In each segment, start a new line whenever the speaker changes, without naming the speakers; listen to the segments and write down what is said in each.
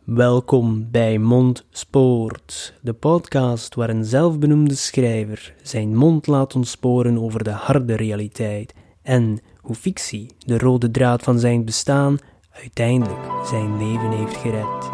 Welkom bij Mondspoort, de podcast waar een zelfbenoemde schrijver zijn mond laat ontsporen over de harde realiteit en hoe fictie, de rode draad van zijn bestaan, uiteindelijk zijn leven heeft gered.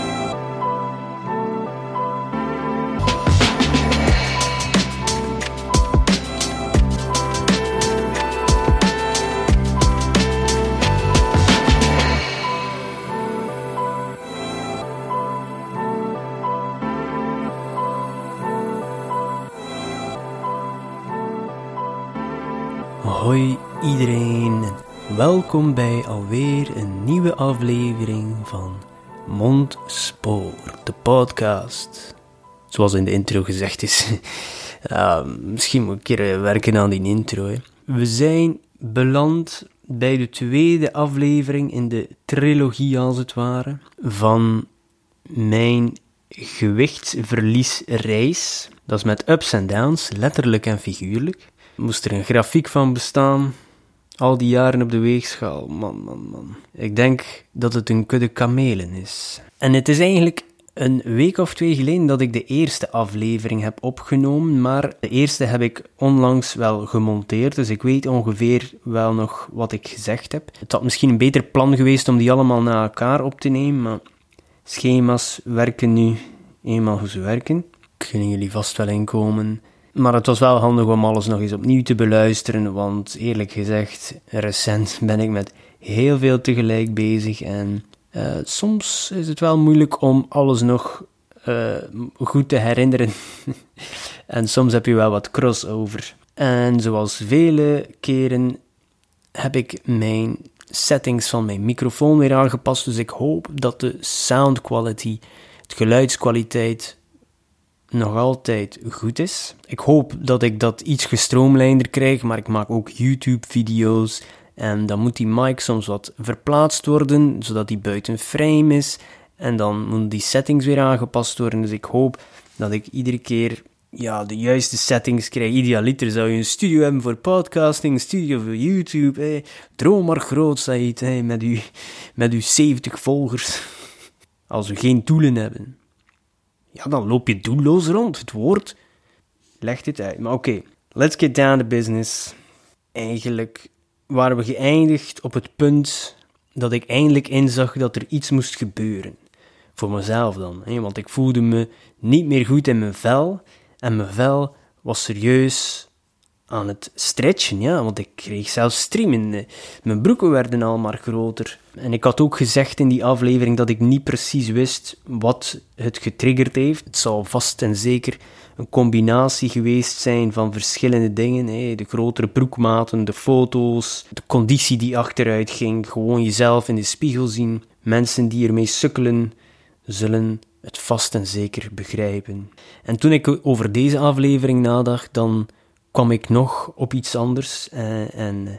Hoi iedereen en welkom bij alweer een nieuwe aflevering van Mondspoort, de podcast. Zoals in de intro gezegd is. Misschien moet ik een keer werken aan die intro. Hè. We zijn beland bij de tweede aflevering in de trilogie als het ware van mijn gewichtsverliesreis. Dat is met ups en downs, letterlijk en figuurlijk. Moest er een grafiek van bestaan, al die jaren op de weegschaal, man. Ik denk dat het een kudde kamelen is. En het is eigenlijk een week of 2 geleden dat ik de eerste aflevering heb opgenomen, maar de eerste heb ik onlangs wel gemonteerd, dus ik weet ongeveer wel nog wat ik gezegd heb. Het had misschien een beter plan geweest om die allemaal na elkaar op te nemen, maar schema's werken nu eenmaal hoe ze werken. Kunnen jullie vast wel inkomen. Maar het was wel handig om alles nog eens opnieuw te beluisteren, want eerlijk gezegd, recent ben ik met heel veel tegelijk bezig en soms is het wel moeilijk om alles nog goed te herinneren. En soms heb je wel wat crossover. En zoals vele keren heb ik mijn settings van mijn microfoon weer aangepast, dus ik hoop dat de sound quality, de geluidskwaliteit, nog altijd goed is. Ik hoop dat ik dat iets gestroomlijnder krijg, maar ik maak ook YouTube-video's en dan moet die mic soms wat verplaatst worden, zodat die buiten frame is en dan moeten die settings weer aangepast worden, dus ik hoop dat ik iedere keer de juiste settings krijg. Idealiter zou je een studio hebben voor podcasting, een studio voor YouTube, droom maar groot, Said, met uw 70 volgers. Als we geen doelen hebben, ja, dan loop je doelloos rond. Het woord legt het uit. Maar oké, let's get down to business. Eigenlijk waren we geëindigd op het punt dat ik eindelijk inzag dat er iets moest gebeuren. Voor mezelf dan. Want ik voelde me niet meer goed in mijn vel. En mijn vel was serieus aan het stretchen. Ja, want ik kreeg zelfs streamen. Mijn broeken werden al maar groter. En ik had ook gezegd in die aflevering dat ik niet precies wist wat het getriggerd heeft. Het zou vast en zeker een combinatie geweest zijn van verschillende dingen. De grotere broekmaten, de foto's, de conditie die achteruit ging. Gewoon jezelf in de spiegel zien. Mensen die ermee sukkelen, zullen het vast en zeker begrijpen. En toen ik over deze aflevering nadacht, dan kwam ik nog op iets anders. En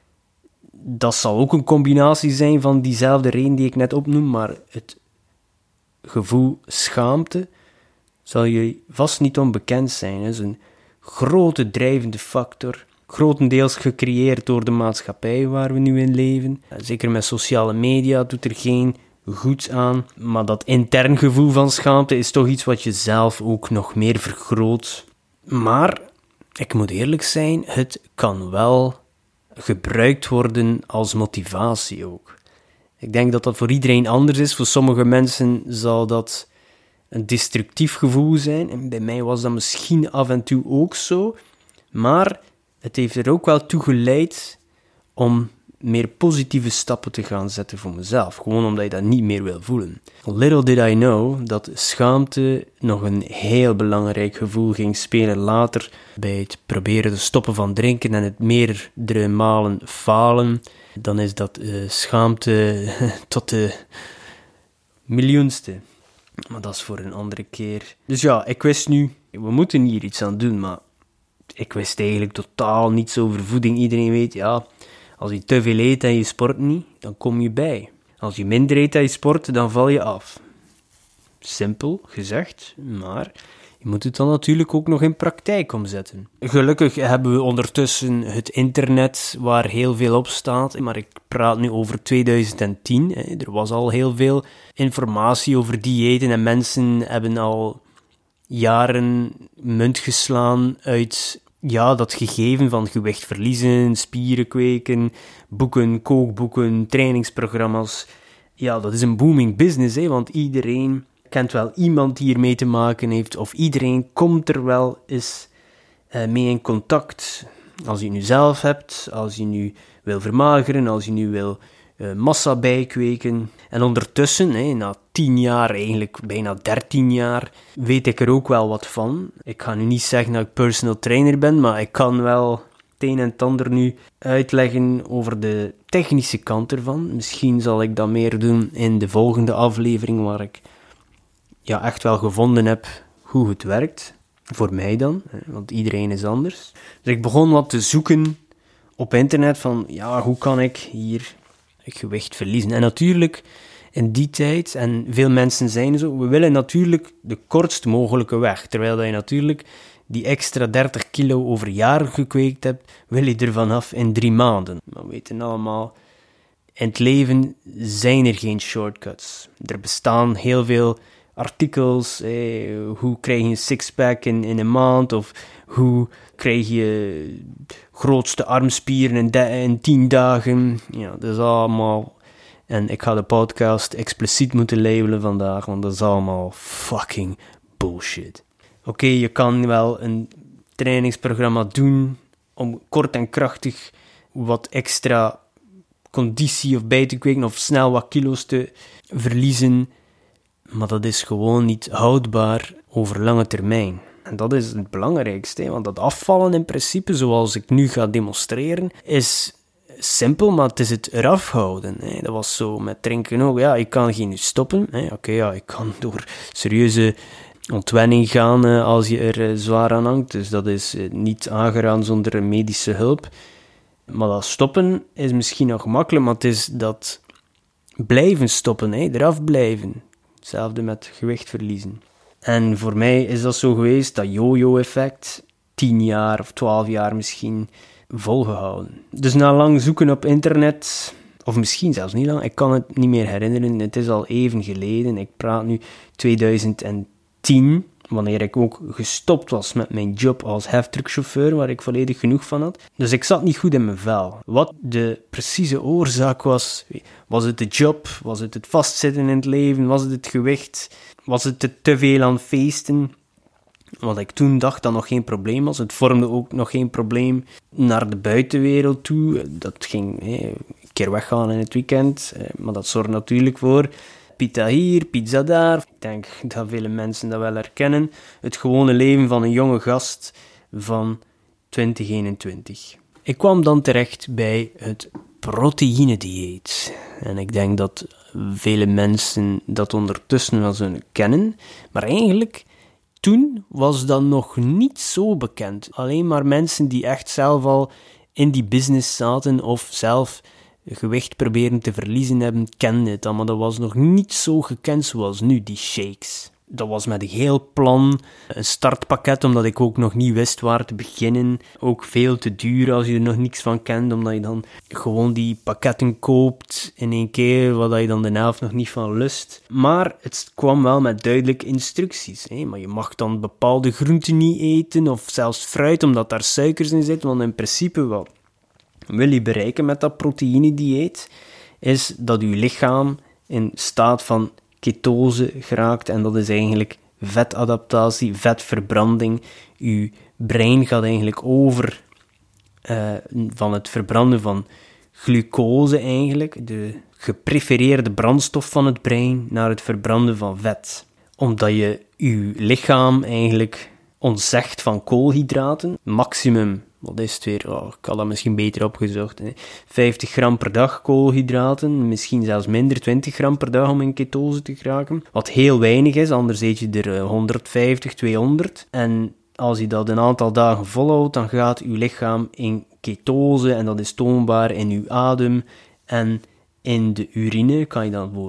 dat zal ook een combinatie zijn van diezelfde reden die ik net opnoem, maar het gevoel schaamte zal je vast niet onbekend zijn. Het is een grote drijvende factor, grotendeels gecreëerd door de maatschappij waar we nu in leven. Zeker met sociale media doet er geen goed aan, maar dat intern gevoel van schaamte is toch iets wat je zelf ook nog meer vergroot. Maar ik moet eerlijk zijn, het kan wel gebruikt worden als motivatie ook. Ik denk dat dat voor iedereen anders is. Voor sommige mensen zal dat een destructief gevoel zijn. En bij mij was dat misschien af en toe ook zo. Maar het heeft er ook wel toe geleid om meer positieve stappen te gaan zetten voor mezelf. Gewoon omdat je dat niet meer wil voelen. Little did I know dat schaamte nog een heel belangrijk gevoel ging spelen later bij het proberen te stoppen van drinken en het meerdere malen falen. Dan is dat schaamte tot de miljoenste. Maar dat is voor een andere keer. Dus ja, ik wist nu, we moeten hier iets aan doen, maar ik wist eigenlijk totaal niets over voeding. Iedereen weet, ja, als je te veel eet en je sport niet, dan kom je bij. Als je minder eet en je sport, dan val je af. Simpel gezegd, maar je moet het dan natuurlijk ook nog in praktijk omzetten. Gelukkig hebben we ondertussen het internet waar heel veel op staat, maar ik praat nu over 2010. Er was al heel veel informatie over diëten en mensen hebben al jaren munt geslaan uit dat gegeven van gewicht verliezen, spieren kweken, boeken, kookboeken, trainingsprogramma's. Ja, dat is een booming business, want iedereen kent wel iemand die ermee te maken heeft, of iedereen komt er wel eens mee in contact. Als je het nu zelf hebt, als je nu wil vermageren, als je nu wil massa bijkweken. En ondertussen, na 10 jaar, eigenlijk bijna 13 jaar, weet ik er ook wel wat van. Ik ga nu niet zeggen dat ik personal trainer ben, maar ik kan wel het een en het ander nu uitleggen over de technische kant ervan. Misschien zal ik dat meer doen in de volgende aflevering, waar ik echt wel gevonden heb hoe het werkt. Voor mij dan, want iedereen is anders. Dus ik begon wat te zoeken op internet van, hoe kan ik hier gewicht verliezen? En natuurlijk, in die tijd, en veel mensen zijn zo, we willen natuurlijk de kortst mogelijke weg. Terwijl dat je natuurlijk die extra 30 kilo over jaar gekweekt hebt, wil je er vanaf in 3 maanden. Maar we weten allemaal, in het leven zijn er geen shortcuts. Er bestaan heel veel artikels, hoe krijg je een sixpack in een maand, of hoe krijg je grootste armspieren in 10 dagen. Ja, dat is allemaal, en ik ga de podcast expliciet moeten labelen vandaag, want dat is allemaal fucking bullshit. Oké, je kan wel een trainingsprogramma doen om kort en krachtig wat extra conditie of bij te kweken, of snel wat kilo's te verliezen, maar dat is gewoon niet houdbaar over lange termijn. En dat is het belangrijkste, want dat afvallen in principe, zoals ik nu ga demonstreren, is simpel, maar het is het eraf houden. Dat was zo met drinken ook. Ja, ik kan geen stoppen. Ik kan door serieuze ontwenning gaan als je er zwaar aan hangt. Dus dat is niet aangeraden zonder medische hulp. Maar dat stoppen is misschien nog makkelijk, maar het is dat blijven stoppen, eraf blijven. Hetzelfde met gewicht verliezen. En voor mij is dat zo geweest, dat yo-yo-effect, 10 jaar of 12 jaar misschien volgehouden. Dus na lang zoeken op internet, of misschien zelfs niet lang, ik kan het niet meer herinneren, het is al even geleden, ik praat nu 2010, wanneer ik ook gestopt was met mijn job als heftruckchauffeur, waar ik volledig genoeg van had. Dus ik zat niet goed in mijn vel. Wat de precieze oorzaak was het de job, was het vastzitten in het leven, was het gewicht, was het te veel aan feesten? Wat ik toen dacht dat nog geen probleem was. Het vormde ook nog geen probleem naar de buitenwereld toe. Dat ging een keer weggaan in het weekend, maar dat zorgt natuurlijk voor pizza hier, pizza daar. Ik denk dat vele mensen dat wel herkennen. Het gewone leven van een jonge gast van 2021. Ik kwam dan terecht bij het proteïnedieet. En ik denk dat vele mensen dat ondertussen wel zullen kennen. Maar eigenlijk, toen was dat nog niet zo bekend. Alleen maar mensen die echt zelf al in die business zaten of zelf gewicht proberen te verliezen hebben, kenden het al. Maar dat was nog niet zo gekend zoals nu, die shakes. Dat was met een heel plan, een startpakket, omdat ik ook nog niet wist waar te beginnen. Ook veel te duur als je er nog niks van kent, omdat je dan gewoon die pakketten koopt in één keer, waar je dan de helft nog niet van lust. Maar het kwam wel met duidelijke instructies. Maar je mag dan bepaalde groenten niet eten, of zelfs fruit, omdat daar suikers in zitten. Want in principe, wat wil je bereiken met dat proteïnedieet, is dat je lichaam in staat van ketose geraakt, en dat is eigenlijk vetadaptatie, vetverbranding. Uw brein gaat eigenlijk over van het verbranden van glucose eigenlijk, de geprefereerde brandstof van het brein, naar het verbranden van vet. Omdat je uw lichaam eigenlijk ontzegt van koolhydraten, maximum, wat is het weer? Ik had dat misschien beter opgezocht. 50 gram per dag koolhydraten, misschien zelfs minder, 20 gram per dag om in ketose te geraken. Wat heel weinig is, anders eet je er 150, 200. En als je dat een aantal dagen volhoudt, dan gaat uw lichaam in ketose, en dat is toonbaar in uw adem en in de urine. Kan je dan voor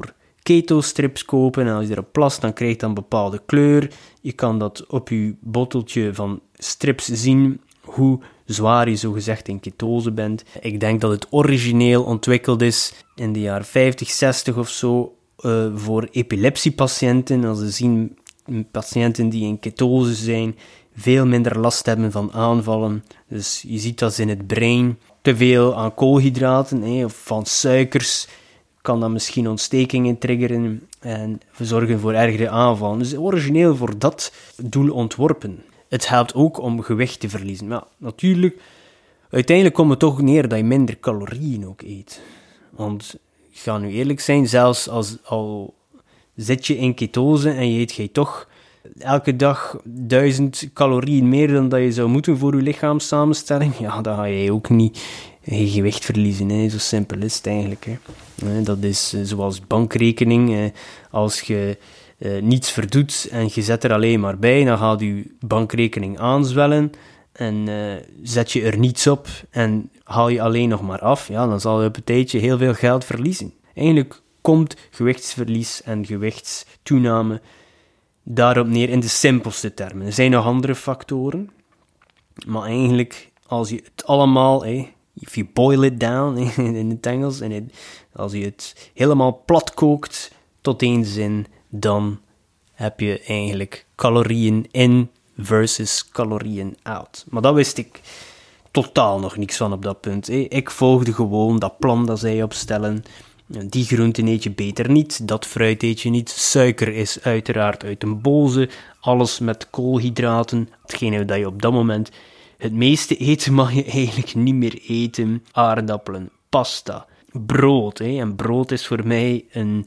keto-strips kopen en als je erop plast, dan krijgt dat een bepaalde kleur. Je kan dat op je botteltje van strips zien, hoe zwaar je zogezegd in ketose bent. Ik denk dat het origineel ontwikkeld is in de jaren 50, 60 of zo, voor epilepsiepatiënten. Als ze zien patiënten die in ketose zijn, veel minder last hebben van aanvallen. Dus je ziet dat in het brein. Te veel aan koolhydraten of van suikers kan dat misschien ontstekingen triggeren en zorgen voor ergere aanvallen. Dus origineel voor dat doel ontworpen. Het helpt ook om gewicht te verliezen. Maar natuurlijk, uiteindelijk komt het toch neer dat je minder calorieën ook eet. Want, ik ga nu eerlijk zijn, zelfs al zit je in ketose en je eet toch elke dag 1000 calorieën meer dan dat je zou moeten voor je lichaamssamenstelling, ja, dan ga je ook niet je gewicht verliezen. Hè. Zo simpel is het eigenlijk. Hè. Dat is zoals bankrekening. Als je niets verdoet en je zet er alleen maar bij, dan gaat je bankrekening aanzwellen en zet je er niets op en haal je alleen nog maar af, ja, dan zal je op een tijdje heel veel geld verliezen. Eigenlijk komt gewichtsverlies en gewichtstoename daarop neer in de simpelste termen. Er zijn nog andere factoren, maar eigenlijk, als je het allemaal, if you boil it down in het Engels, als je het helemaal plat kookt tot één zin, dan heb je eigenlijk calorieën in versus calorieën out. Maar dat wist ik totaal nog niks van op dat punt. Ik volgde gewoon dat plan dat zij opstellen. Die groenten eet je beter niet, dat fruit eet je niet. Suiker is uiteraard uit een boze. Alles met koolhydraten. Hetgene dat je op dat moment het meeste eet, mag je eigenlijk niet meer eten. Aardappelen, pasta, brood. En brood is voor mij een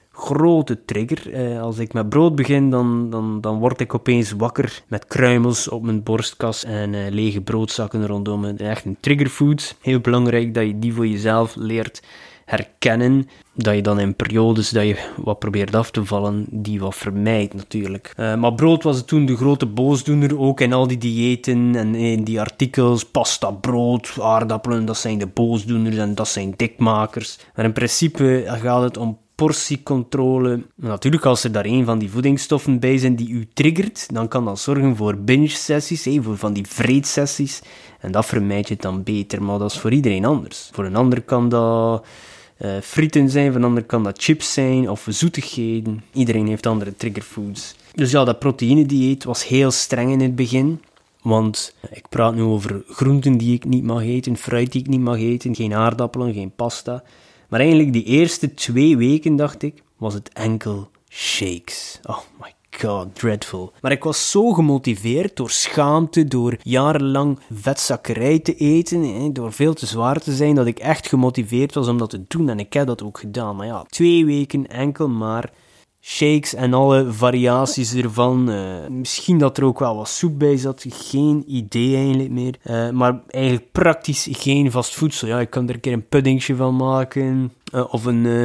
grote trigger. Als ik met brood begin, dan word ik opeens wakker met kruimels op mijn borstkas en lege broodzakken rondom me. Echt een triggerfood. Heel belangrijk dat je die voor jezelf leert herkennen, dat je dan in periodes dat je wat probeert af te vallen, die wat vermijdt natuurlijk. Maar brood was toen de grote boosdoener, ook in al die diëten en in die artikels, pasta, brood, aardappelen, dat zijn de boosdoeners en dat zijn dikmakers. Maar in principe gaat het om portiecontrole. Natuurlijk, als er daar een van die voedingsstoffen bij zijn die u triggert, dan kan dat zorgen voor binge-sessies, voor van die vreedsessies, en dat vermijd je dan beter, maar dat is voor iedereen anders. Voor een ander kan dat frieten zijn, voor een ander kan dat chips zijn, of zoetigheden. Iedereen heeft andere triggerfoods. Dus ja, dat proteïnedieet was heel streng in het begin, want ik praat nu over groenten die ik niet mag eten, fruit die ik niet mag eten, geen aardappelen, geen pasta. Maar eigenlijk die eerste 2 weken, dacht ik, was het enkel shakes. Oh my god, dreadful. Maar ik was zo gemotiveerd door schaamte, door jarenlang vetzakkerij te eten, door veel te zwaar te zijn, dat ik echt gemotiveerd was om dat te doen. En ik heb dat ook gedaan. Maar ja, 2 weken enkel maar shakes en alle variaties ervan. Misschien dat er ook wel wat soep bij zat. Geen idee eigenlijk meer. Maar eigenlijk praktisch geen vast voedsel. Ja, ik kan er een keer een puddingje van maken. Of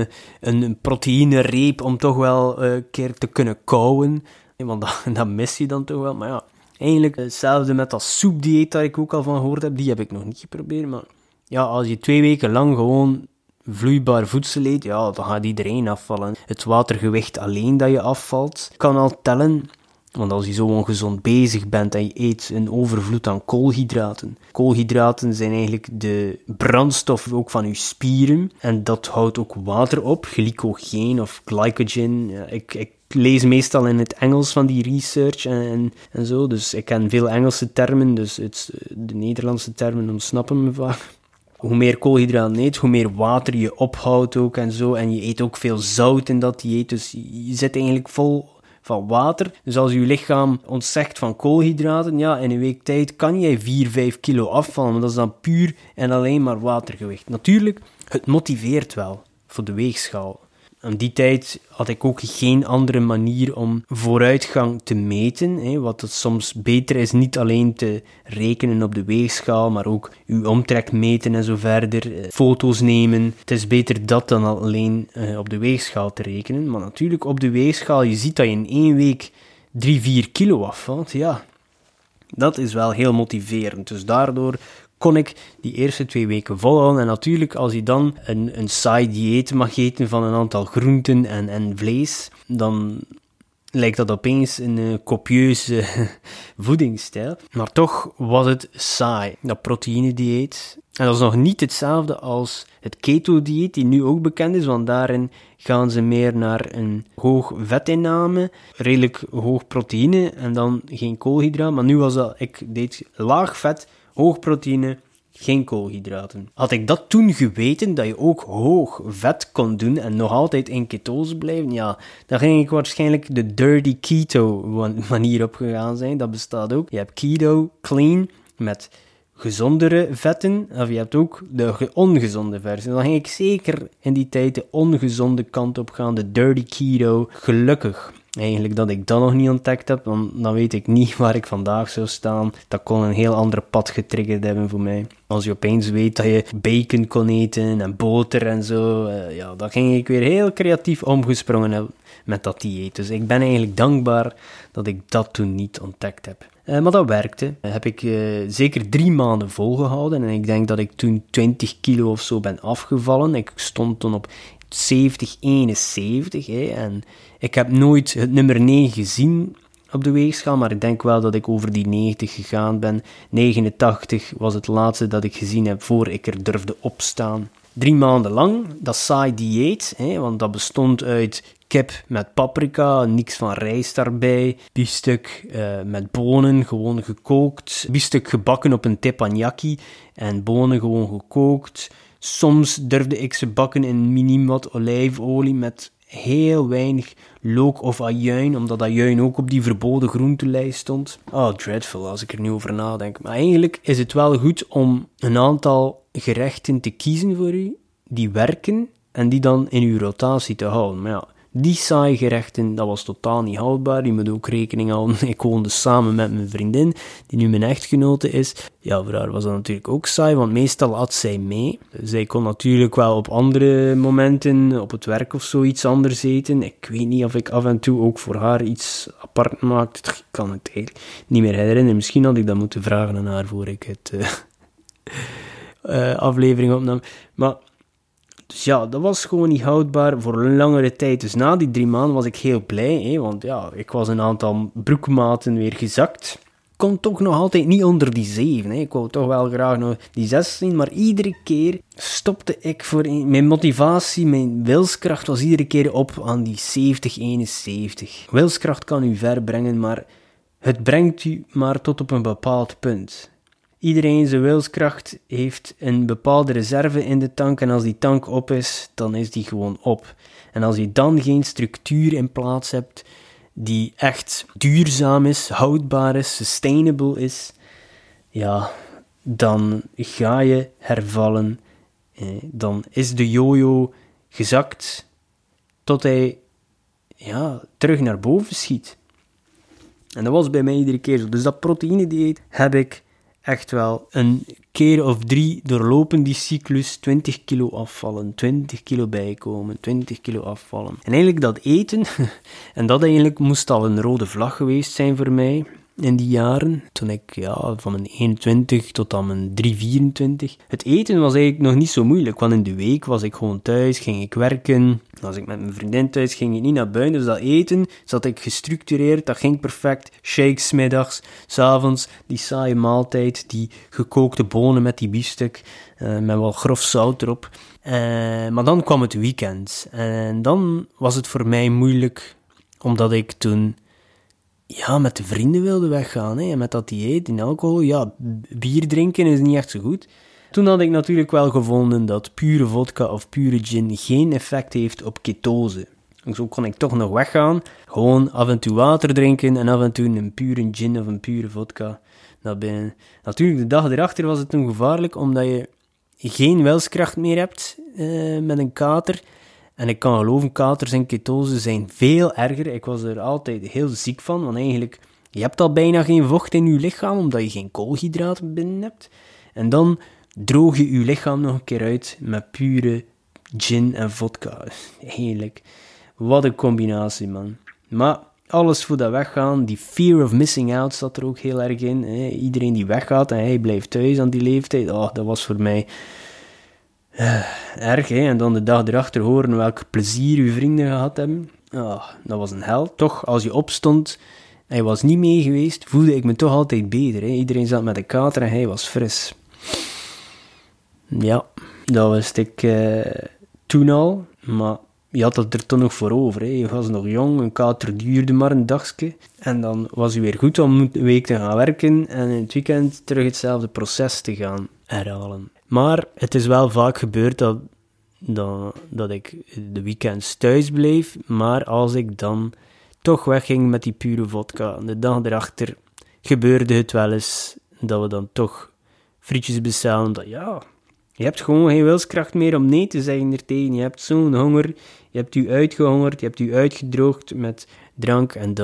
een proteïnereep om toch wel een keer te kunnen kauwen. Want dat mis je dan toch wel. Maar ja, eigenlijk hetzelfde met dat soepdieet dat ik ook al van gehoord heb. Die heb ik nog niet geprobeerd. Maar ja, als je 2 weken lang gewoon vloeibaar voedsel eet, ja, dan gaat iedereen afvallen. Het watergewicht alleen dat je afvalt, kan al tellen. Want als je zo ongezond bezig bent en je eet een overvloed aan koolhydraten. Koolhydraten zijn eigenlijk de brandstof ook van je spieren. En dat houdt ook water op, glycogeen of glycogen. Ja, ik lees meestal in het Engels van die research en zo. Dus ik ken veel Engelse termen, dus de Nederlandse termen ontsnappen me vaak. Hoe meer koolhydraten eet, hoe meer water je ophoudt ook en zo. En je eet ook veel zout in dat dieet, dus je zit eigenlijk vol van water. Dus als je lichaam ontzegt van koolhydraten, ja, in een week tijd kan jij 4-5 kilo afvallen, maar dat is dan puur en alleen maar watergewicht. Natuurlijk, het motiveert wel voor de weegschaal. In die tijd had ik ook geen andere manier om vooruitgang te meten. Wat het soms beter is, niet alleen te rekenen op de weegschaal, maar ook uw omtrek meten en zo verder. Foto's nemen. Het is beter dat dan alleen op de weegschaal te rekenen. Maar natuurlijk, op de weegschaal, je ziet dat je in 1 week 3-4 kilo afvalt. Ja, dat is wel heel motiverend. Dus daardoor kon ik die eerste 2 weken volhouden. En natuurlijk, als je dan een saai dieet mag eten van een aantal groenten en vlees, dan lijkt dat opeens een copieuze voedingsstijl. Maar toch was het saai, dat proteïnedieet. En dat is nog niet hetzelfde als het keto-dieet, die nu ook bekend is, want daarin gaan ze meer naar een hoog vetinname, redelijk hoog proteïne en dan geen koolhydraten. Maar nu was dat, ik deed laag vet, hoog proteïne, geen koolhydraten. Had ik dat toen geweten, dat je ook hoog vet kon doen en nog altijd in ketose blijven, ja, dan ging ik waarschijnlijk de dirty keto manier opgegaan zijn. Dat bestaat ook. Je hebt keto, clean, met gezondere vetten, of je hebt ook de ongezonde versie. Dan ging ik zeker in die tijd de ongezonde kant op gaan, de dirty keto. Gelukkig eigenlijk dat ik dat nog niet ontdekt heb, want dan weet ik niet waar ik vandaag zou staan. Dat kon een heel ander pad getriggerd hebben voor mij. Als je opeens weet dat je bacon kon eten en boter en zo, ja, dan ging ik weer heel creatief omgesprongen met dat dieet. Dus ik ben eigenlijk dankbaar dat ik dat toen niet ontdekt heb. Maar dat werkte. Heb ik zeker 3 maanden volgehouden en ik denk dat ik toen 20 kilo of zo ben afgevallen. Ik stond toen op 70, 71 en ik heb nooit het nummer 9 gezien op de weegschaal, maar ik denk wel dat ik over die 90 gegaan ben. 89 was het laatste dat ik gezien heb voor ik er durfde opstaan. 3 maanden lang, dat saai dieet, want dat bestond uit kip met paprika, niks van rijst daarbij, biefstuk met bonen, gewoon gekookt, biefstuk gebakken op een teppanyaki en bonen gewoon gekookt. Soms durfde ik ze bakken in miniem wat olijfolie met heel weinig look of ajuin, omdat ajuin ook op die verboden groentelijst stond. Oh, dreadful als ik er nu over nadenk. Maar eigenlijk is het wel goed om een aantal gerechten te kiezen voor u, die werken, en die dan in uw rotatie te houden. Maar ja, die saai gerechten, dat was totaal niet houdbaar. Je moet ook rekening houden. Ik woonde samen met mijn vriendin, die nu mijn echtgenote is. Ja, voor haar was dat natuurlijk ook saai, want meestal at zij mee. Zij kon natuurlijk wel op andere momenten, op het werk of zoiets anders eten. Ik weet niet of ik af en toe ook voor haar iets apart maakte. Ik kan het eigenlijk niet meer herinneren. Misschien had ik dat moeten vragen aan haar voor ik het aflevering opnam. Maar dus ja, dat was gewoon niet houdbaar voor een langere tijd. Dus na die 3 maanden was ik heel blij, want ja, ik was een aantal broekmaten weer gezakt. Ik kon toch nog altijd niet onder die 7. Ik wou toch wel graag nog die 6 zien, maar iedere keer stopte ik voor mijn motivatie, mijn wilskracht was iedere keer op aan die 70, 71. Wilskracht kan u ver brengen, maar het brengt u maar tot op een bepaald punt. Iedereen zijn wilskracht heeft een bepaalde reserve in de tank en als die tank op is, dan is die gewoon op. En als je dan geen structuur in plaats hebt die echt duurzaam is, houdbaar is, sustainable is, ja, dan ga je hervallen. Dan is de jojo gezakt tot hij terug naar boven schiet. En dat was bij mij iedere keer zo. Dus dat proteïnedieet heb ik echt wel een keer of 3 doorlopen die cyclus, 20 kilo afvallen, 20 kilo bijkomen, 20 kilo afvallen. En eigenlijk dat eten, en dat eigenlijk moest al een rode vlag geweest zijn voor mij in die jaren, toen ik van mijn 21 tot aan mijn 24. Het eten was eigenlijk nog niet zo moeilijk, want in de week was ik gewoon thuis, ging ik werken. Als ik met mijn vriendin thuis ging ik niet naar buiten, dus dat eten zat ik gestructureerd, dat ging perfect. Shakes 's middags, 's avonds, die saaie maaltijd, die gekookte bonen met die biefstuk, met wel grof zout erop. Maar dan kwam het weekend en dan was het voor mij moeilijk, omdat ik toen met de vrienden wilde weggaan, en met dat dieet en alcohol, bier drinken is niet echt zo goed. Toen had ik natuurlijk wel gevonden dat pure vodka of pure gin geen effect heeft op ketose. Zo kon ik toch nog weggaan, gewoon af en toe water drinken en af en toe een pure gin of een pure vodka naar binnen. Natuurlijk, de dag erachter was het toen gevaarlijk, omdat je geen wilskracht meer hebt met een kater. En ik kan geloven, katers en ketose zijn veel erger. Ik was er altijd heel ziek van, want eigenlijk, je hebt al bijna geen vocht in je lichaam, omdat je geen koolhydraten binnen hebt. En dan droog je je lichaam nog een keer uit met pure gin en vodka. Eigenlijk, wat een combinatie, man. Maar alles voor dat weggaan. Die fear of missing out zat er ook heel erg in. Hè. Iedereen die weggaat en hij blijft thuis aan die leeftijd. Dat was voor mij erg. Hè. En dan de dag erachter horen welk plezier uw vrienden gehad hebben. Dat was een hel. Toch, als je opstond, hij was niet mee geweest, voelde ik me toch altijd beter. Hè. Iedereen zat met een kater en hij was fris. Ja, dat wist ik toen al. Maar je had het er toch nog voor over. Hè. Je was nog jong, een kater duurde maar een dagje. En dan was je weer goed om een week te gaan werken en in het weekend terug hetzelfde proces te gaan herhalen. Maar het is wel vaak gebeurd dat ik de weekends thuis bleef, maar als ik dan toch wegging met die pure vodka, de dag erachter gebeurde het wel eens dat we dan toch frietjes bestellen, omdat je hebt gewoon geen wilskracht meer om nee te zeggen ertegen, je hebt zo'n honger, je hebt u uitgehongerd, je hebt u uitgedroogd met drank en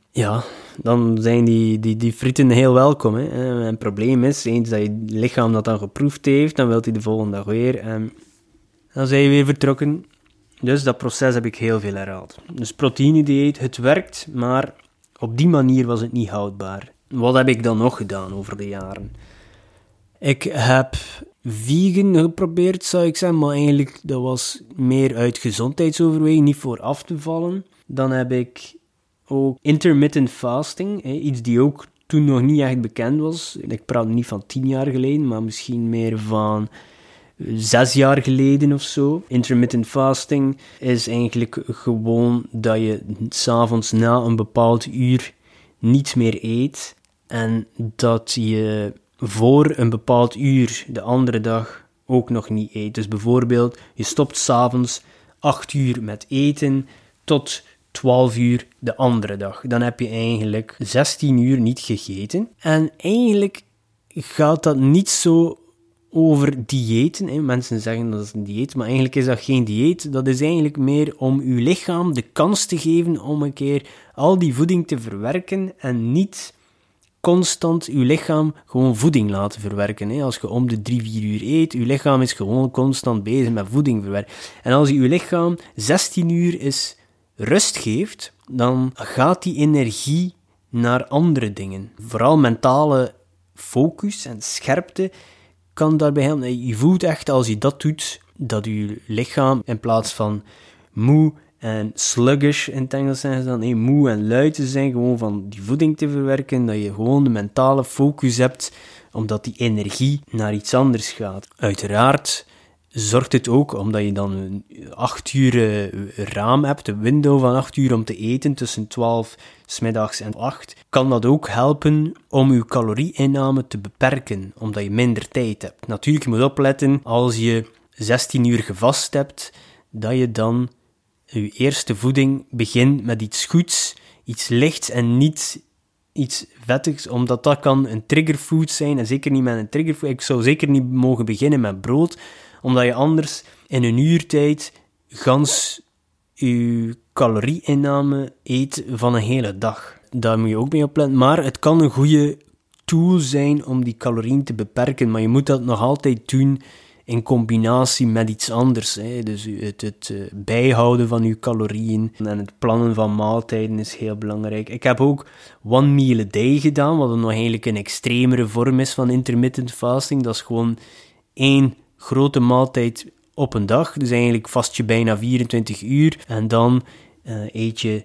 dan zijn die frieten heel welkom. Hè. En het probleem is, eens dat je lichaam dat dan geproefd heeft, dan wil hij de volgende dag weer en dan zijn je weer vertrokken. Dus dat proces heb ik heel veel herhaald. Dus proteïnedieet, het werkt, maar op die manier was het niet houdbaar. Wat heb ik dan nog gedaan over de jaren? Ik heb vegan geprobeerd, zou ik zeggen, maar eigenlijk dat was meer uit gezondheidsoverweging, niet voor af te vallen. Dan heb ik ook intermittent fasting, iets die ook toen nog niet echt bekend was. Ik praat niet van 10 jaar geleden, maar misschien meer van 6 jaar geleden of zo. Intermittent fasting is eigenlijk gewoon dat je 's avonds na een bepaald uur niets meer eet en dat je voor een bepaald uur de andere dag ook nog niet eet. Dus bijvoorbeeld, je stopt 's avonds 8 uur met eten tot 12 uur de andere dag. Dan heb je eigenlijk 16 uur niet gegeten. En eigenlijk gaat dat niet zo over diëten. Hè. Mensen zeggen dat is een dieet, maar eigenlijk is dat geen dieet. Dat is eigenlijk meer om uw lichaam de kans te geven om een keer al die voeding te verwerken en niet constant uw lichaam gewoon voeding laten verwerken. Hè. Als je om de 3-4 uur eet, uw lichaam is gewoon constant bezig met voeding verwerken. En als je uw lichaam 16 uur is rust geeft, dan gaat die energie naar andere dingen. Vooral mentale focus en scherpte kan daarbij helpen. Je voelt echt als je dat doet, dat je lichaam in plaats van moe en sluggish in het Engels zeggen ze dan, moe en lui te zijn, gewoon van die voeding te verwerken, dat je gewoon de mentale focus hebt, omdat die energie naar iets anders gaat. Uiteraard zorgt het ook, omdat je dan een 8 uur raam hebt, een window van 8 uur om te eten, tussen 12 's middags en 8, kan dat ook helpen om je calorieinname te beperken, omdat je minder tijd hebt. Natuurlijk, je moet opletten, als je 16 uur gevast hebt, dat je dan je eerste voeding begint met iets goeds, iets lichts en niet iets vettigs, omdat dat kan een triggerfood zijn, en zeker niet met een triggerfood. Ik zou zeker niet mogen beginnen met brood, omdat je anders in een uur tijd gans je calorieinname eet van een hele dag. Daar moet je ook mee opletten, maar het kan een goede tool zijn om die calorieën te beperken, maar je moet dat nog altijd doen in combinatie met iets anders. Hè. Dus het bijhouden van je calorieën en het plannen van maaltijden is heel belangrijk. Ik heb ook one meal a day gedaan, wat nog eigenlijk een extremere vorm is van intermittent fasting. Dat is gewoon 1 grote maaltijd op een dag. Dus eigenlijk vast je bijna 24 uur. En dan eet je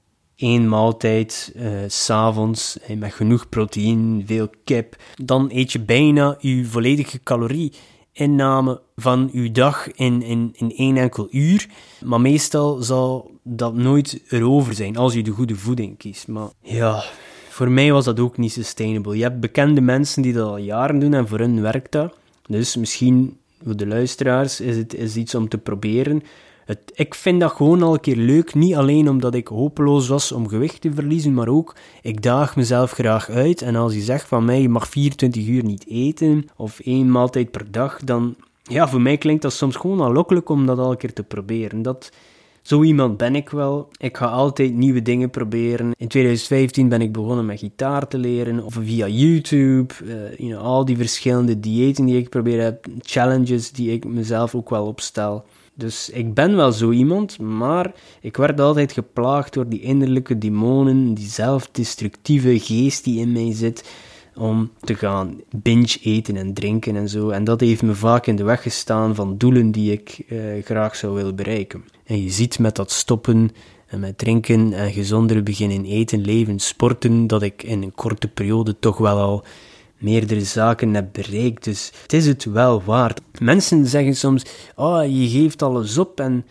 1 maaltijd 's avonds met genoeg proteïne, veel kip. Dan eet je bijna je volledige calorieinname van uw dag in 1 enkel uur. Maar meestal zal dat nooit erover zijn als je de goede voeding kiest. Maar ja, voor mij was dat ook niet sustainable. Je hebt bekende mensen die dat al jaren doen en voor hen werkt dat. Dus misschien voor de luisteraars is iets om te proberen. Ik vind dat gewoon al een keer leuk, niet alleen omdat ik hopeloos was om gewicht te verliezen, maar ook, ik daag mezelf graag uit. En als je zegt van mij, je mag 24 uur niet eten, of 1 maaltijd per dag, dan, ja, voor mij klinkt dat soms gewoon aanlokkelijk om dat al een keer te proberen. Zo iemand ben ik wel. Ik ga altijd nieuwe dingen proberen. In 2015 ben ik begonnen met gitaar te leren, of via YouTube, al die verschillende diëten die ik probeer heb, challenges die ik mezelf ook wel opstel. Dus ik ben wel zo iemand, maar ik werd altijd geplaagd door die innerlijke demonen, die zelfdestructieve geest die in mij zit, om te gaan binge eten en drinken en zo. En dat heeft me vaak in de weg gestaan van doelen die ik graag zou willen bereiken. En je ziet met dat stoppen en met drinken en gezonder beginnen eten, leven, sporten, dat ik in een korte periode toch wel al meerdere zaken heb bereikt. Dus het is het wel waard. Mensen zeggen soms, je geeft alles op en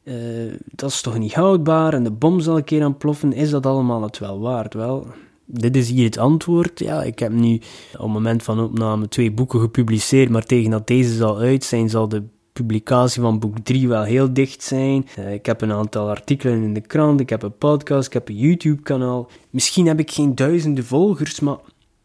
dat is toch niet houdbaar en de bom zal een keer aanploffen. Is dat allemaal het wel waard? Wel, dit is hier het antwoord. Ja, ik heb nu op het moment van opname 2 boeken gepubliceerd, maar tegen dat deze zal uit zijn, zal de publicatie van boek 3 wel heel dicht zijn. Ik heb een aantal artikelen in de krant, ik heb een podcast, ik heb een YouTube-kanaal. Misschien heb ik geen duizenden volgers, maar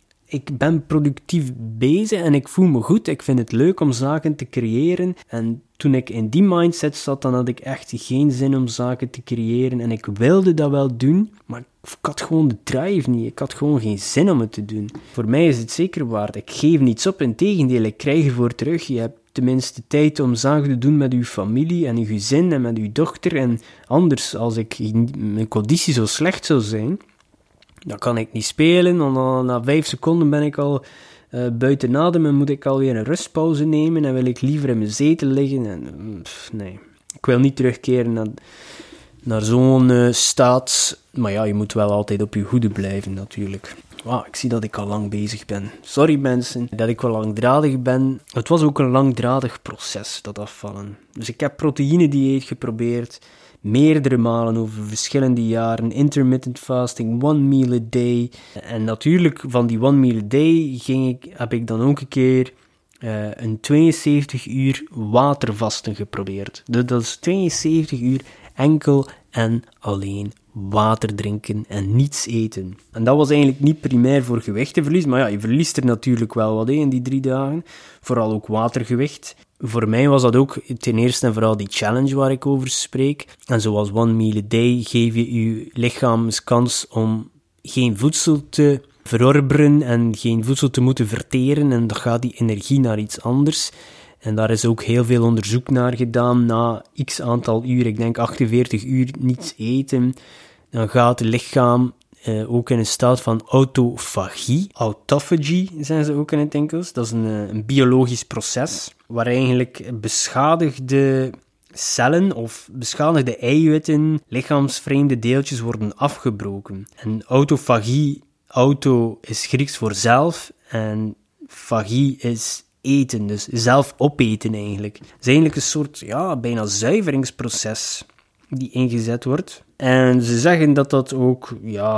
ik ben productief bezig en ik voel me goed. Ik vind het leuk om zaken te creëren. En toen ik in die mindset zat, dan had ik echt geen zin om zaken te creëren. En ik wilde dat wel doen, maar ik had gewoon de drive niet. Ik had gewoon geen zin om het te doen. Voor mij is het zeker waard. Ik geef niets op. Integendeel, ik krijg ervoor terug. Je hebt tenminste tijd om zaken te doen met uw familie en uw gezin en met uw dochter. En anders, als mijn conditie zo slecht zou zijn, dan kan ik niet spelen, want na 5 seconden ben ik al buiten adem en moet ik alweer een rustpauze nemen en wil ik liever in mijn zetel liggen. En, nee, ik wil niet terugkeren naar zo'n staat. Maar ja, je moet wel altijd op je hoede blijven natuurlijk. Ik zie dat ik al lang bezig ben. Sorry mensen, dat ik wel langdradig ben. Het was ook een langdradig proces, dat afvallen. Dus ik heb proteïnedieet geprobeerd, meerdere malen over verschillende jaren, intermittent fasting, 1 meal a day. En natuurlijk, van die 1 meal a day heb ik dan ook een keer een 72 uur watervasten geprobeerd. Dus dat is 72 uur enkel en alleen water drinken en niets eten. En dat was eigenlijk niet primair voor gewichtenverlies, maar ja, je verliest er natuurlijk wel wat in die 3 dagen. Vooral ook watergewicht. Voor mij was dat ook ten eerste en vooral die challenge waar ik over spreek. En zoals 1 meal a day geef je je lichaam eens kans om geen voedsel te verorberen en geen voedsel te moeten verteren. En dan gaat die energie naar iets anders. En daar is ook heel veel onderzoek naar gedaan. Na x aantal uur, ik denk 48 uur niets eten, dan gaat het lichaam ook in een staat van autofagie. Autophagy zijn ze ook in het Engels. Dat is een biologisch proces waar eigenlijk beschadigde cellen of beschadigde eiwitten, lichaamsvreemde deeltjes worden afgebroken. En autofagie, auto is Grieks voor zelf en fagie is eten, dus zelf opeten eigenlijk. Het is eigenlijk een soort, bijna zuiveringsproces die ingezet wordt. En ze zeggen dat dat ook,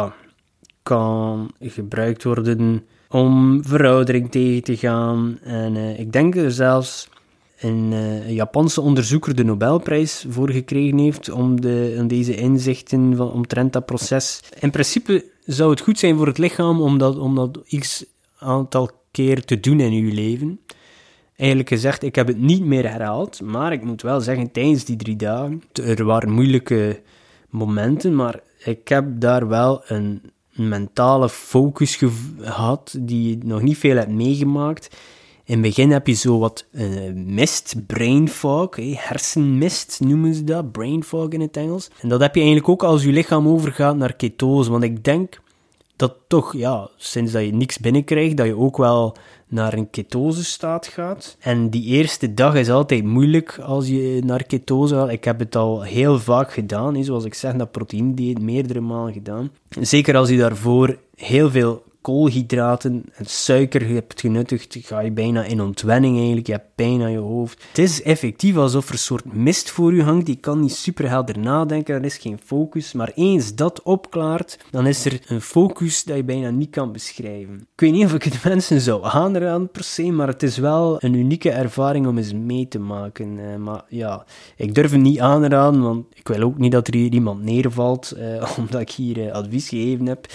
kan gebruikt worden om veroudering tegen te gaan. En ik denk er zelfs een Japanse onderzoeker de Nobelprijs voor gekregen heeft om deze inzichten omtrent dat proces. In principe zou het goed zijn voor het lichaam om dat x aantal keer te doen in uw leven. Eigenlijk gezegd, ik heb het niet meer herhaald, maar ik moet wel zeggen, tijdens die 3 dagen, er waren moeilijke momenten, maar ik heb daar wel een mentale focus gehad die je nog niet veel hebt meegemaakt. In het begin heb je zo wat mist, brain fog, hersenmist noemen ze dat, brain fog in het Engels. En dat heb je eigenlijk ook als je lichaam overgaat naar ketose, want ik denk dat toch, sinds dat je niks binnenkrijgt, dat je ook wel naar een ketosestaat gaat. En die eerste dag is altijd moeilijk als je naar ketose gaat. Ik heb het al heel vaak gedaan, zoals ik zeg, dat proteïnedieet meerdere malen gedaan. Zeker als je daarvoor heel veel koolhydraten en suiker hebt genuttigd, ga je bijna in ontwenning eigenlijk, je hebt pijn aan je hoofd. Het is effectief alsof er een soort mist voor je hangt, die kan niet superhelder nadenken, er is geen focus, maar eens dat opklaart, dan is er een focus dat je bijna niet kan beschrijven. Ik weet niet of ik het mensen zou aanraden per se, maar het is wel een unieke ervaring om eens mee te maken. Maar ja, ik durf het niet aanraden, want ik wil ook niet dat er hier iemand neervalt, omdat ik hier advies gegeven heb.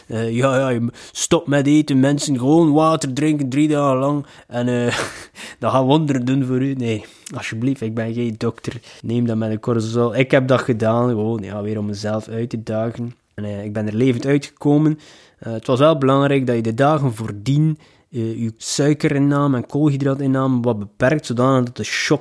Stop met eten, mensen, gewoon water drinken 3 dagen lang en dat gaat wonderen doen voor u. Nee, alsjeblieft, ik ben geen dokter, neem dat met een korrel. Ik heb dat gedaan, gewoon weer om mezelf uit te dagen. En ik ben er levend uitgekomen. Het was wel belangrijk dat je de dagen voordien je suikerinname en koolhydraatinname wat beperkt, zodat de shock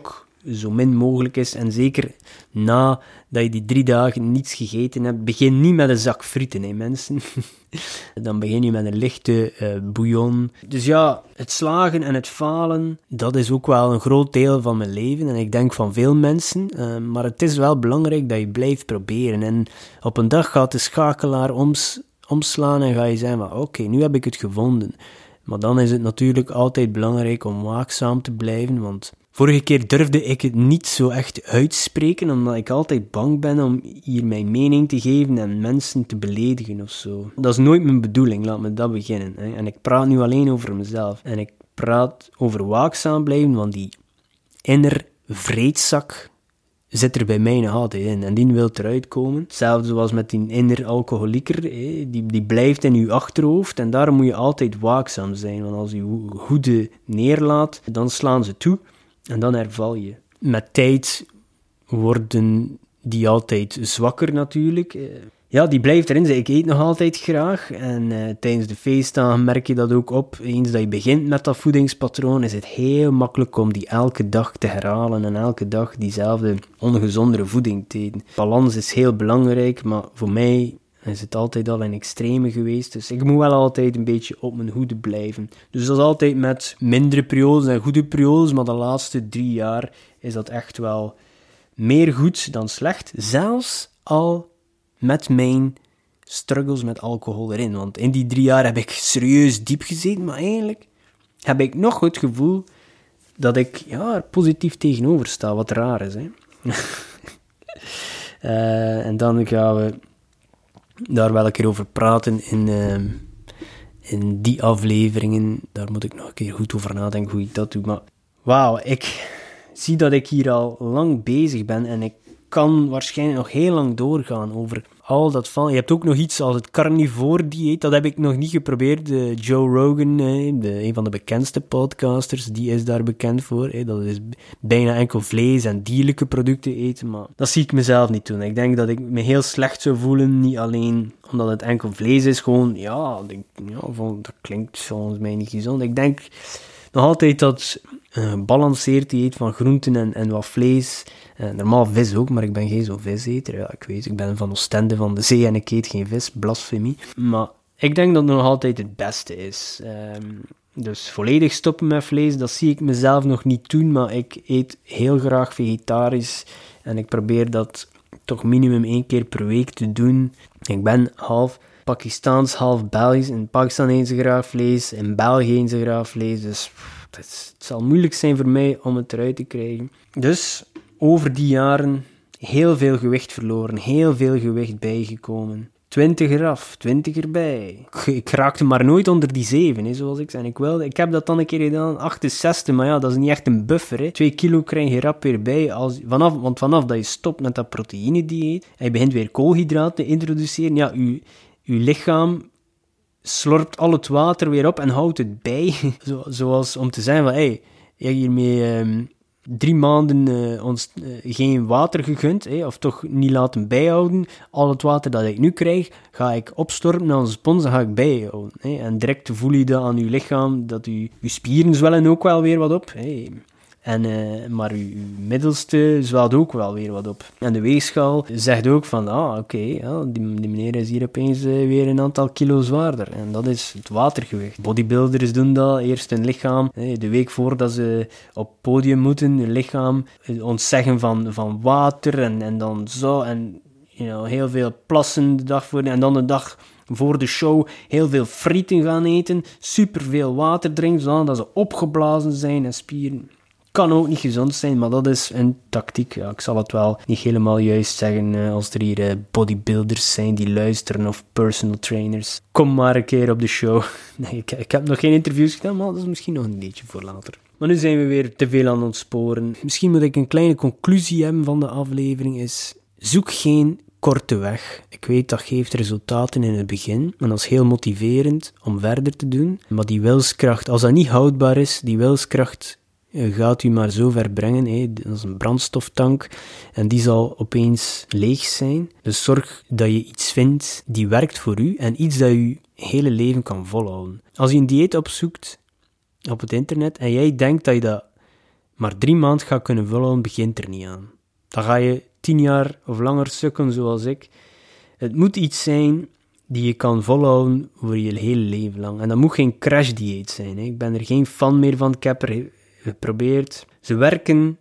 zo min mogelijk is. En zeker nadat je die 3 dagen niets gegeten hebt, begin niet met een zak frieten, hè, mensen. Dan begin je met een lichte bouillon. Dus ja, het slagen en het falen, dat is ook wel een groot deel van mijn leven. En ik denk van veel mensen. Maar het is wel belangrijk dat je blijft proberen. En op een dag gaat de schakelaar omslaan en ga je zeggen van oké, nu heb ik het gevonden. Maar dan is het natuurlijk altijd belangrijk om waakzaam te blijven, want vorige keer durfde ik het niet zo echt uitspreken, omdat ik altijd bang ben om hier mijn mening te geven en mensen te beledigen of zo. Dat is nooit mijn bedoeling, laat me dat beginnen. Hè. En ik praat nu alleen over mezelf. En ik praat over waakzaam blijven, want die inner vreedzak zit er bij mij nog altijd in. En die wil eruit komen. Hetzelfde zoals met die inner alcoholieker. Die blijft in je achterhoofd. En daarom moet je altijd waakzaam zijn. Want als je hoede neerlaat, dan slaan ze toe. En dan herval je. Met tijd worden die altijd zwakker natuurlijk. Ja, die blijft erin. Ik eet nog altijd graag. En tijdens de feestdagen merk je dat ook op. Eens dat je begint met dat voedingspatroon, is het heel makkelijk om die elke dag te herhalen. En elke dag diezelfde ongezondere voeding te eten. Balans is heel belangrijk, maar voor mij is het altijd al een extreme geweest. Dus ik moet wel altijd een beetje op mijn hoede blijven. Dus dat is altijd met mindere periodes en goede periodes. Maar de laatste 3 jaar is dat echt wel meer goed dan slecht. Zelfs al met mijn struggles met alcohol erin. Want in die 3 jaar heb ik serieus diep gezeten, maar eigenlijk heb ik nog het gevoel dat ik er positief tegenover sta, wat raar is. Hè? En dan gaan we daar wel een keer over praten in die afleveringen. Daar moet ik nog een keer goed over nadenken hoe ik dat doe. Maar wauw, ik zie dat ik hier al lang bezig ben en ik kan waarschijnlijk nog heel lang doorgaan over al dat van. Je hebt ook nog iets als het carnivore dieet, dat heb ik nog niet geprobeerd. Joe Rogan, een van de bekendste podcasters, die is daar bekend voor. Dat is bijna enkel vlees en dierlijke producten eten, maar dat zie ik mezelf niet doen. Ik denk dat ik me heel slecht zou voelen, niet alleen omdat het enkel vlees is, gewoon, dat klinkt volgens mij niet gezond. Ik denk nog altijd dat gebalanceerd dieet van groenten en wat vlees. Normaal vis ook, maar ik ben geen zo'n viseter. Ja, ik weet, ik ben van Oostende van de zee en ik eet geen vis, blasfemie. Maar ik denk dat het nog altijd het beste is. Dus volledig stoppen met vlees, dat zie ik mezelf nog niet doen, maar ik eet heel graag vegetarisch en ik probeer dat toch minimum 1 keer per week te doen. Ik ben half Pakistaans, half Belgisch. In Pakistan eten ze graag vlees, in België eten ze graag vlees, dus het zal moeilijk zijn voor mij om het eruit te krijgen. Dus over die jaren heel veel gewicht verloren, heel veel gewicht bijgekomen. 20 eraf, 20 erbij. Ik raakte maar nooit onder die 7, zoals ik zei. Ik heb dat dan een keer gedaan, 68, maar ja, dat is niet echt een buffer. Hè. 2 kilo krijg je rap weer bij. Want vanaf dat je stopt met dat proteïnedieet en je begint weer koolhydraten te introduceren, ja, je lichaam slorpt al het water weer op en houdt het bij. Zoals om te zeggen van, je hebt hiermee 3 maanden ons geen water gegund, of toch niet laten bijhouden. Al het water dat ik nu krijg, ga ik opstorpen naar onze spons en ga ik bijhouden. En direct voel je dat aan je lichaam, dat je spieren zwellen ook wel weer wat op. Maar uw middelste zwelt ook wel weer wat op. En de weegschaal zegt ook van, die meneer is hier opeens weer een aantal kilo zwaarder. En dat is het watergewicht. Bodybuilders doen dat, eerst hun lichaam, de week voordat ze op het podium moeten, hun lichaam ontzeggen van water en dan zo. En heel veel plassen de dag voor, en dan de dag voor de show heel veel frieten gaan eten, superveel water drinken, zodat ze opgeblazen zijn en spieren. Kan ook niet gezond zijn, maar dat is een tactiek. Ja, ik zal het wel niet helemaal juist zeggen als er hier bodybuilders zijn die luisteren of personal trainers. Kom maar een keer op de show. Nee, ik heb nog geen interviews gedaan, maar dat is misschien nog een beetje voor later. Maar nu zijn we weer te veel aan het sporen. Misschien moet ik een kleine conclusie hebben van de aflevering is: zoek geen korte weg. Ik weet dat geeft resultaten in het begin en dat is heel motiverend om verder te doen. Maar die wilskracht, als dat niet houdbaar is, die wilskracht gaat u maar zo ver brengen. Dat is een brandstoftank en die zal opeens leeg zijn. Dus zorg dat je iets vindt die werkt voor u en iets dat je hele leven kan volhouden. Als je een dieet opzoekt op het internet en jij denkt dat je dat maar 3 maanden gaat kunnen volhouden, begint er niet aan. Dan ga je 10 jaar of langer sukken zoals ik. Het moet iets zijn die je kan volhouden voor je hele leven lang. En dat moet geen crashdieet zijn. Hè. Ik ben er geen fan meer van. Ik heb er geprobeerd. Ze werken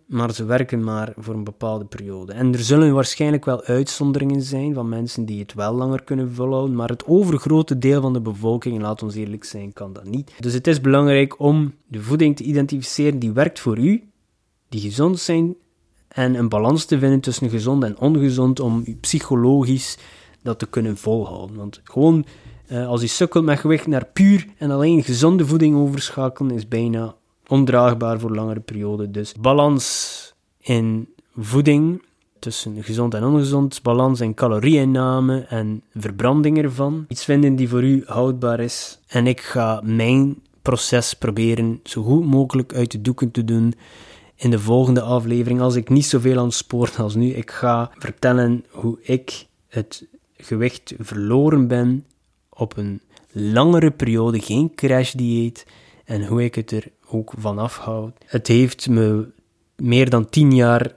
maar voor een bepaalde periode. En er zullen waarschijnlijk wel uitzonderingen zijn van mensen die het wel langer kunnen volhouden, maar het overgrote deel van de bevolking, laat ons eerlijk zijn, kan dat niet. Dus het is belangrijk om de voeding te identificeren die werkt voor u, die gezond zijn, en een balans te vinden tussen gezond en ongezond om u psychologisch dat te kunnen volhouden. Want gewoon als u sukkelt met gewicht naar puur en alleen gezonde voeding overschakelen is bijna ondraagbaar voor langere perioden. Dus balans in voeding tussen gezond en ongezond, balans in calorieinname en verbranding ervan. Iets vinden die voor u houdbaar is. En ik ga mijn proces proberen zo goed mogelijk uit de doeken te doen in de volgende aflevering, als ik niet zoveel aan het sporten als nu. Ik ga vertellen hoe ik het gewicht verloren ben op een langere periode, geen crashdieet, en hoe ik het er ook van afhoud. Het heeft me meer dan 10 jaar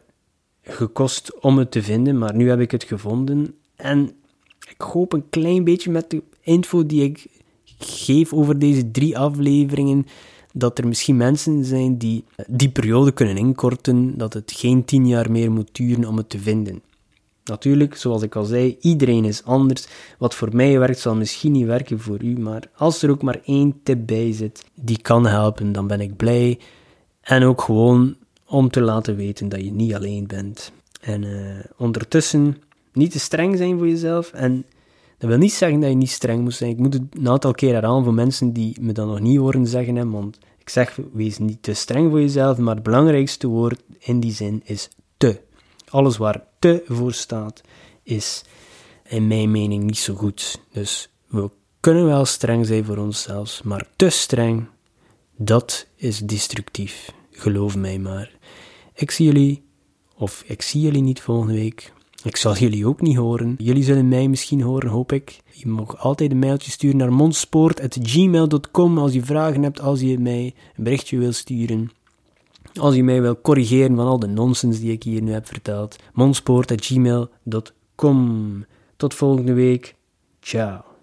gekost om het te vinden, maar nu heb ik het gevonden. En ik hoop een klein beetje met de info die ik geef over deze 3 afleveringen, dat er misschien mensen zijn die die periode kunnen inkorten, dat het geen 10 jaar meer moet duren om het te vinden. Natuurlijk, zoals ik al zei, iedereen is anders. Wat voor mij werkt, zal misschien niet werken voor u, maar als er ook maar 1 tip bij zit die kan helpen, dan ben ik blij. En ook gewoon om te laten weten dat je niet alleen bent. En ondertussen niet te streng zijn voor jezelf. En dat wil niet zeggen dat je niet streng moet zijn. Ik moet het een aantal keer herhalen voor mensen die me dat nog niet horen zeggen. Hè, want ik zeg, wees niet te streng voor jezelf, maar het belangrijkste woord in die zin is te. Alles waar te voor staat, is in mijn mening niet zo goed. Dus we kunnen wel streng zijn voor onszelf, maar te streng, dat is destructief. Geloof mij maar. Ik zie jullie niet volgende week. Ik zal jullie ook niet horen. Jullie zullen mij misschien horen, hoop ik. Je mag altijd een mailtje sturen naar mondspoort@gmail.com als je vragen hebt, als je mij een berichtje wil sturen. Als je mij wil corrigeren van al de nonsens die ik hier nu heb verteld. mondspoort@gmail.com. Tot volgende week. Ciao.